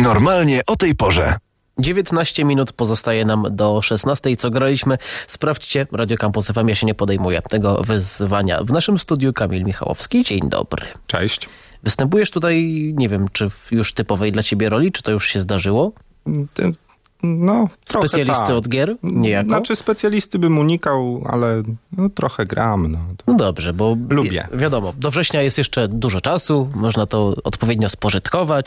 Normalnie o tej porze. 19 minut pozostaje nam do 16. Co graliśmy? Sprawdźcie. Radio Campus FM. Ja się nie podejmuję tego wyzwania. W naszym studiu Kamil Michałowski. Dzień dobry. Cześć. Występujesz tutaj, nie wiem, czy w już typowej dla ciebie roli, czy to już się zdarzyło? No, specjalisty tak. od gier? Niejako? Znaczy specjalisty bym unikał, ale trochę gram. No dobrze, bo lubię. Wiadomo, do września jest jeszcze dużo czasu, można to odpowiednio spożytkować.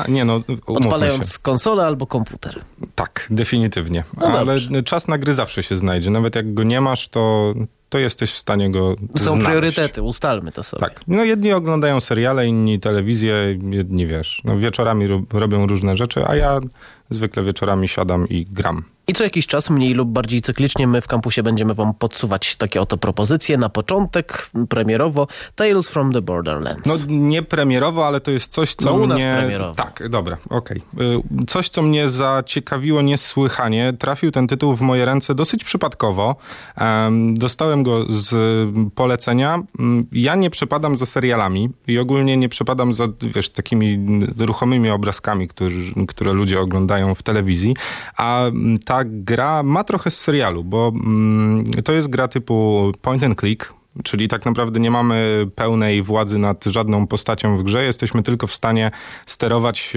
Odpalając konsolę albo komputer. Tak, definitywnie. No ale dobrze. czas na gry zawsze się znajdzie. Nawet jak go nie masz, to jesteś w stanie go Są znaleźć. priorytety, ustalmy to sobie. Tak. No jedni oglądają seriale, inni telewizję, jedni wieczorami robią różne rzeczy, a ja zwykle wieczorami siadam i gram. I co jakiś czas, mniej lub bardziej cyklicznie, my w kampusie będziemy wam podsuwać takie oto propozycje. Na początek, premierowo, Tales from the Borderlands. No nie premierowo, ale to jest coś, co u nas mnie... premierowo. Tak, dobra, okej. Coś, co mnie zaciekawiło niesłychanie. Trafił ten tytuł w moje ręce dosyć przypadkowo. Dostałem go z polecenia. Ja nie przepadam za serialami i ogólnie nie przepadam za, takimi ruchomymi obrazkami, które ludzie oglądają w telewizji. A ta gra ma trochę z serialu, bo to jest gra typu point and click, czyli tak naprawdę nie mamy pełnej władzy nad żadną postacią w grze. Jesteśmy tylko w stanie sterować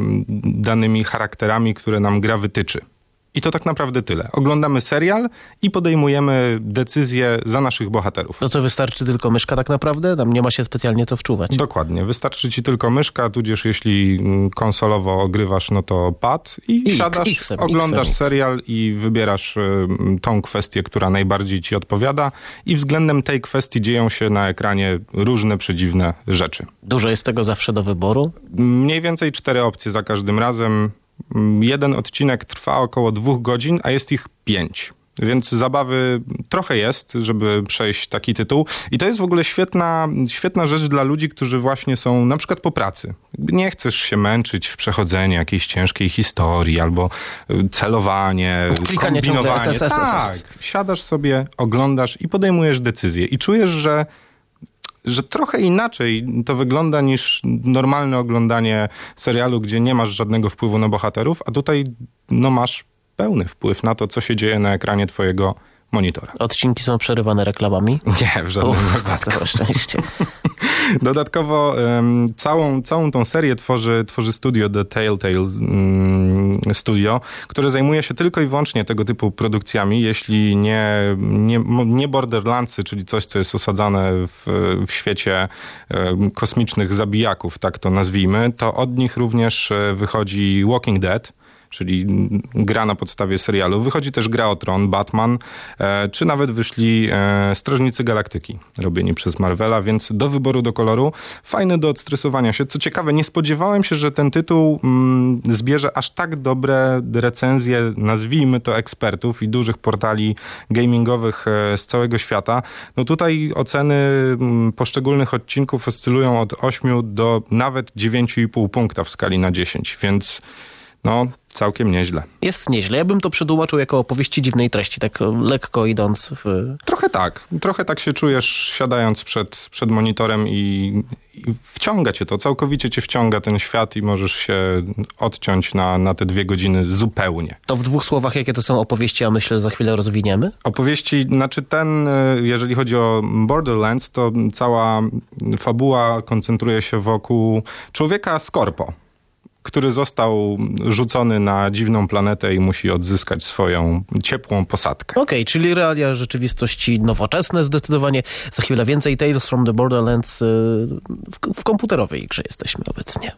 danymi charakterami, które nam gra wytyczy. I to tak naprawdę tyle. Oglądamy serial i podejmujemy decyzje za naszych bohaterów. To co, wystarczy tylko myszka tak naprawdę? Tam nie ma się specjalnie co wczuwać. Dokładnie. Wystarczy ci tylko myszka, tudzież jeśli konsolowo ogrywasz, no to pad i siadasz, oglądasz serial i wybierasz tą kwestię, która najbardziej ci odpowiada i względem tej kwestii dzieją się na ekranie różne przedziwne rzeczy. Dużo jest tego zawsze do wyboru? Mniej więcej 4 opcje za każdym razem. Jeden odcinek trwa około 2 godzin, a jest ich 5. Więc zabawy trochę jest, żeby przejść taki tytuł. I to jest w ogóle świetna rzecz dla ludzi, którzy właśnie są na przykład po pracy. Nie chcesz się męczyć w przechodzeniu jakiejś ciężkiej historii albo celowanie, klikanie kombinowanie. ciągle Tak, siadasz sobie, oglądasz i podejmujesz decyzję. I czujesz, że trochę inaczej to wygląda niż normalne oglądanie serialu, gdzie nie masz żadnego wpływu na bohaterów, a tutaj masz pełny wpływ na to, co się dzieje na ekranie twojego monitora. Odcinki są przerywane reklamami? Nie, w żadnym wypadku. Całe szczęście. Dodatkowo całą tą serię tworzy studio The Telltale Studio, które zajmuje się tylko i wyłącznie tego typu produkcjami, jeśli nie Borderlandsy, czyli coś, co jest osadzane w świecie kosmicznych zabijaków, tak to nazwijmy, to od nich również wychodzi Walking Dead, czyli gra na podstawie serialu. Wychodzi też gra o Tron, Batman, czy nawet wyszli Strażnicy Galaktyki, robieni przez Marvela, więc do wyboru, do koloru. Fajny do odstresowania się. Co ciekawe, nie spodziewałem się, że ten tytuł zbierze aż tak dobre recenzje, nazwijmy to ekspertów i dużych portali gamingowych z całego świata. No tutaj oceny poszczególnych odcinków oscylują od 8 do nawet 9,5 punkta w skali na 10, więc całkiem nieźle. Jest nieźle. Ja bym to przetłumaczył jako opowieści dziwnej treści, tak lekko idąc w... Trochę tak się czujesz, siadając przed monitorem i wciąga cię to, całkowicie cię wciąga ten świat i możesz się odciąć na te 2 godziny zupełnie. To w 2 słowach, jakie to są opowieści, a myślę, że za chwilę rozwiniemy? Opowieści, jeżeli chodzi o Borderlands, to cała fabuła koncentruje się wokół człowieka Skorpo, który został rzucony na dziwną planetę i musi odzyskać swoją ciepłą posadkę. Okej, czyli realia rzeczywistości nowoczesne zdecydowanie. Za chwilę więcej. Tales from the Borderlands w komputerowej grze jesteśmy obecnie.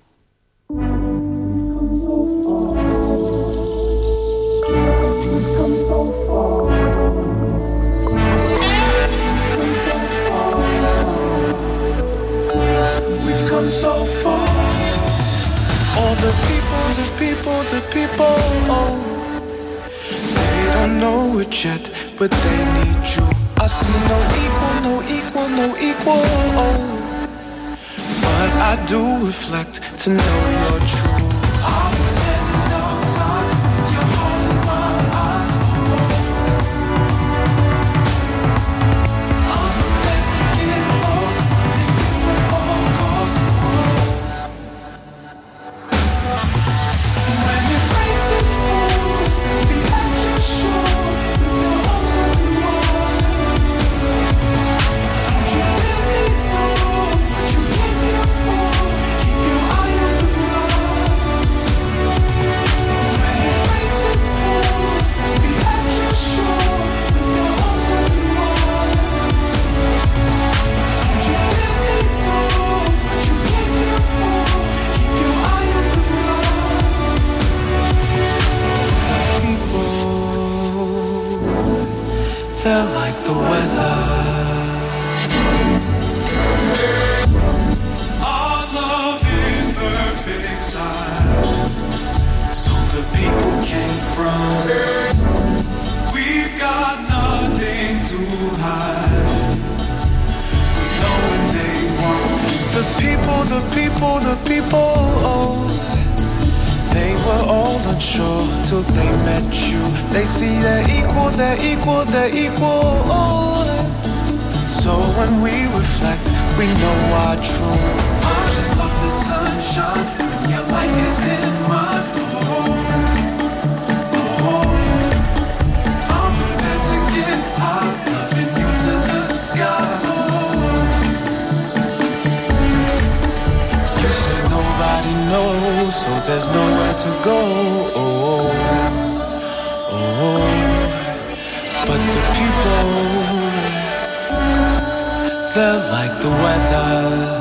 We've come so far. All the people, oh, they don't know it yet, but they need you. I see no equal, oh, but I do reflect to know you're true. I was standing outside with your heart in my eyes. I'm prepared to get lost, thinking we're all cause. they're like the weather. Our love is perfect size, so the people can't front. We've got nothing to hide. We know what they want. The people, the people, the people, oh. They were all unsure till they met you. They see they're equal, they're equal, they're equal, oh. So when we reflect, we know our truth. I just love the sunshine when your light is in mine, oh. I'm prepared to get out, loving you to the sky. You said nobody knows, so there's nowhere to go. But the people, they're like the weather.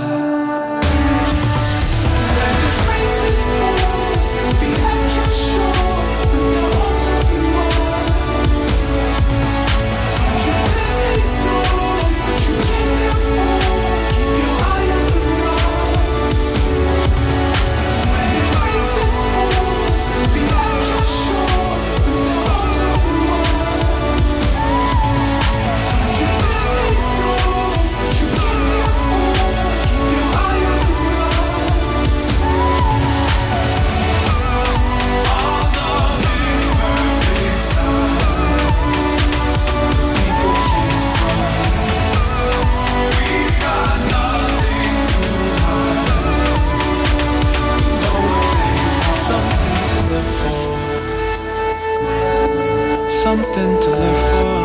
Something to live for.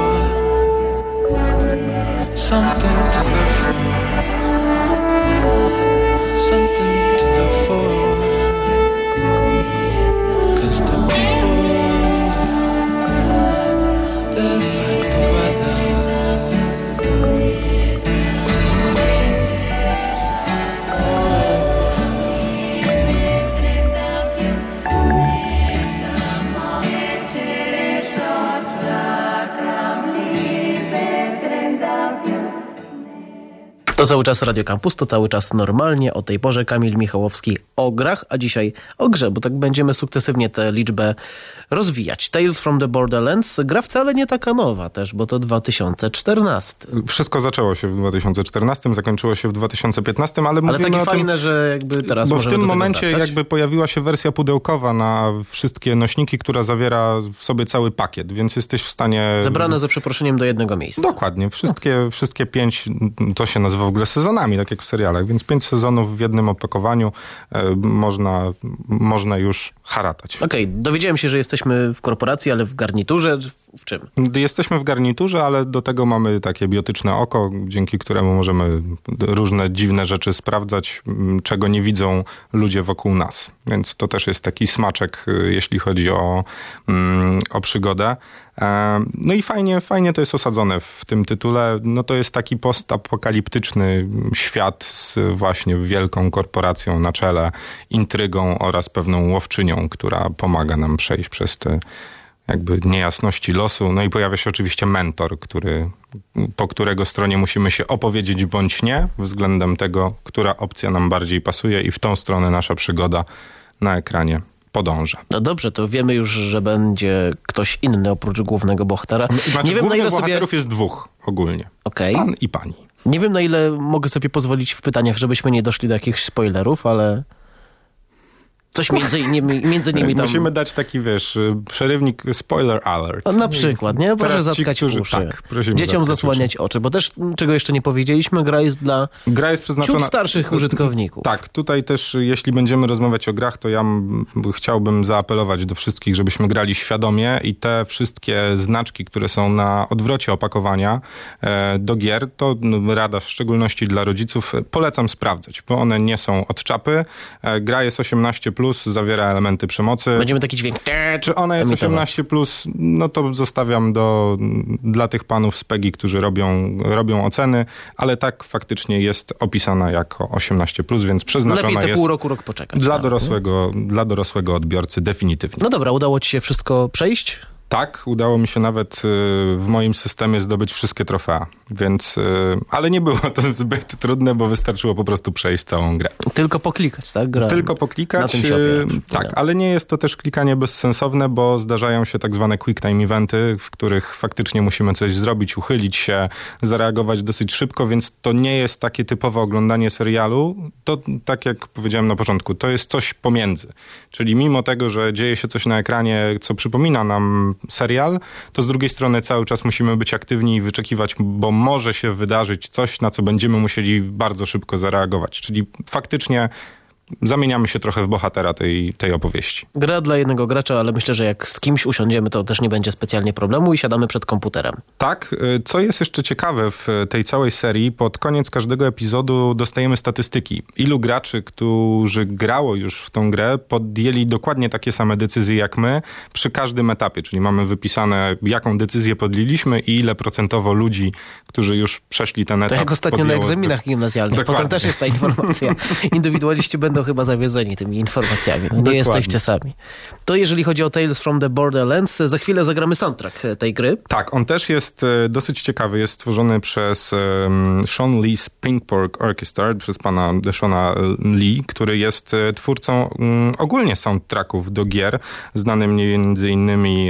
Something to live for. Something to live for. 'Cause the people, they're like the weather. To cały czas Radio Campus, to cały czas normalnie o tej porze Kamil Michałowski o grach, a dzisiaj o grze, bo tak będziemy sukcesywnie tę liczbę rozwijać. Tales from the Borderlands, gra wcale nie taka nowa też, bo to 2014. Wszystko zaczęło się w 2014, zakończyło się w 2015, ale mówimy takie o tym, fajne, że jakby teraz bo możemy w tym do tego momencie wracać. jakby pojawiła się wersja pudełkowa na wszystkie nośniki, która zawiera w sobie cały pakiet, więc jesteś w stanie... Zebrane za przeproszeniem do jednego miejsca. Dokładnie. Wszystkie 5, to się nazywa w ogóle sezonami, tak jak w serialach, więc 5 sezonów w jednym opakowaniu można już haratać. Okej, dowiedziałem się, że jesteśmy w korporacji, ale w garniturze. W czym? Jesteśmy w garniturze, ale do tego mamy takie biotyczne oko, dzięki któremu możemy różne dziwne rzeczy sprawdzać, czego nie widzą ludzie wokół nas. Więc to też jest taki smaczek, jeśli chodzi o przygodę. No i fajnie to jest osadzone w tym tytule. No to jest taki postapokaliptyczny świat z właśnie wielką korporacją na czele, intrygą oraz pewną łowczynią, która pomaga nam przejść przez te jakby niejasności losu. No i pojawia się oczywiście mentor, po którego stronie musimy się opowiedzieć bądź nie, względem tego, która opcja nam bardziej pasuje i w tą stronę nasza przygoda na ekranie podąża. No dobrze, to wiemy już, że będzie ktoś inny oprócz głównego bohatera. Nie wiem, głównych bohaterów jest 2 ogólnie. Okay. Pan i pani. Nie wiem, na ile mogę sobie pozwolić w pytaniach, żebyśmy nie doszli do jakichś spoilerów, ale... Coś między nimi tam... Musimy dać taki, przerywnik spoiler alert. Na przykład, nie? Proszę zatkać uszy. Tak, dzieciom zasłaniać oczy, bo też, czego jeszcze nie powiedzieliśmy, gra jest przeznaczona ciut starszych użytkowników. Tak, tutaj też, jeśli będziemy rozmawiać o grach, to ja chciałbym zaapelować do wszystkich, żebyśmy grali świadomie i te wszystkie znaczki, które są na odwrocie opakowania do gier, to rada w szczególności dla rodziców, polecam sprawdzać, bo one nie są od czapy. Gra jest 18+, zawiera elementy przemocy. Będziemy taki dźwięk. Czy ona jest 18+, no to zostawiam dla tych panów z PEGI, którzy robią oceny, ale tak faktycznie jest opisana jako 18+, więc przeznaczona jest... Lepiej te pół roku, rok poczekać. Dla dorosłego odbiorcy definitywnie. No dobra, udało ci się wszystko przejść? Tak, udało mi się nawet w moim systemie zdobyć wszystkie trofea, więc, ale nie było to zbyt trudne, bo wystarczyło po prostu przejść całą grę. Tylko poklikać, tak? Tylko poklikać, na tym się opieram. tak, ale nie jest to też klikanie bezsensowne, bo zdarzają się tak zwane quick time eventy, w których faktycznie musimy coś zrobić, uchylić się, zareagować dosyć szybko, więc to nie jest takie typowe oglądanie serialu, to tak jak powiedziałem na początku, to jest coś pomiędzy. Czyli mimo tego, że dzieje się coś na ekranie, co przypomina nam serial, to z drugiej strony cały czas musimy być aktywni i wyczekiwać, bo może się wydarzyć coś, na co będziemy musieli bardzo szybko zareagować. Czyli faktycznie zamieniamy się trochę w bohatera tej opowieści. Gra dla jednego gracza, ale myślę, że jak z kimś usiądziemy, to też nie będzie specjalnie problemu i siadamy przed komputerem. Tak, co jest jeszcze ciekawe w tej całej serii, pod koniec każdego epizodu dostajemy statystyki. Ilu graczy, którzy grało już w tą grę, podjęli dokładnie takie same decyzje jak my przy każdym etapie, czyli mamy wypisane, jaką decyzję podjęliśmy i ile procentowo ludzi, którzy już przeszli ten etap. To jak ostatnio na egzaminach gimnazjalnych. Dokładnie. Potem też jest ta informacja. Indywidualiści będą chyba zawiedzeni tymi informacjami. No, nie jesteście sami. To jeżeli chodzi o Tales from the Borderlands, za chwilę zagramy soundtrack tej gry. Tak, on też jest dosyć ciekawy. Jest stworzony przez Sean Lee's Pinkpork Orchestra, przez pana Seana Lee, który jest twórcą ogólnie soundtracków do gier, znany między innymi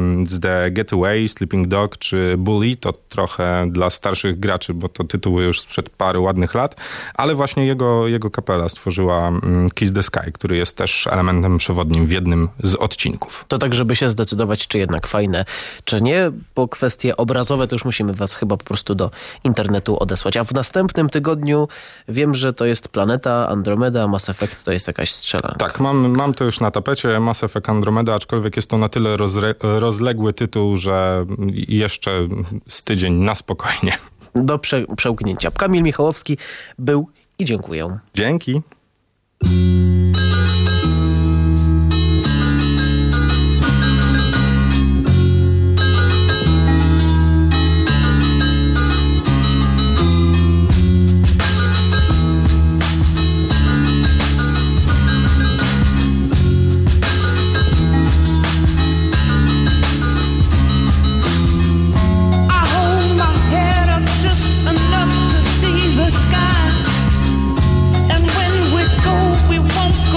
z The Getaway, Sleeping Dog czy Bully. To trochę dla starszych graczy, bo to tytuły już sprzed paru ładnych lat, ale właśnie jego kapela stworzyła Kiss the Sky, który jest też elementem przewodnim w jednym z odcinków. To tak, żeby się zdecydować, czy jednak fajne, czy nie, bo kwestie obrazowe to już musimy was chyba po prostu do internetu odesłać. A w następnym tygodniu wiem, że to jest Planeta, Andromeda, Mass Effect to jest jakaś strzelanka. Tak, mam to już na tapecie, Mass Effect Andromeda, aczkolwiek jest to na tyle rozległy tytuł, że jeszcze z tydzień na spokojnie. Do przełknięcia. Kamil Michałowski był i dziękuję. Dzięki. And when we go, we won't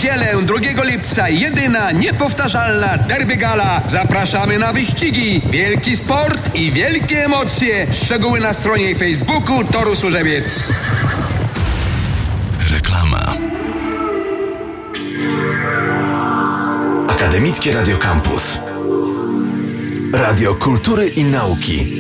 niedzielę 2 lipca jedyna, niepowtarzalna Derby Gala. Zapraszamy na wyścigi, wielki sport i wielkie emocje. Szczegóły na stronie Facebooku Toru Służewiec. Reklama. Akademickie Radio Campus. Radio Kultury i Nauki.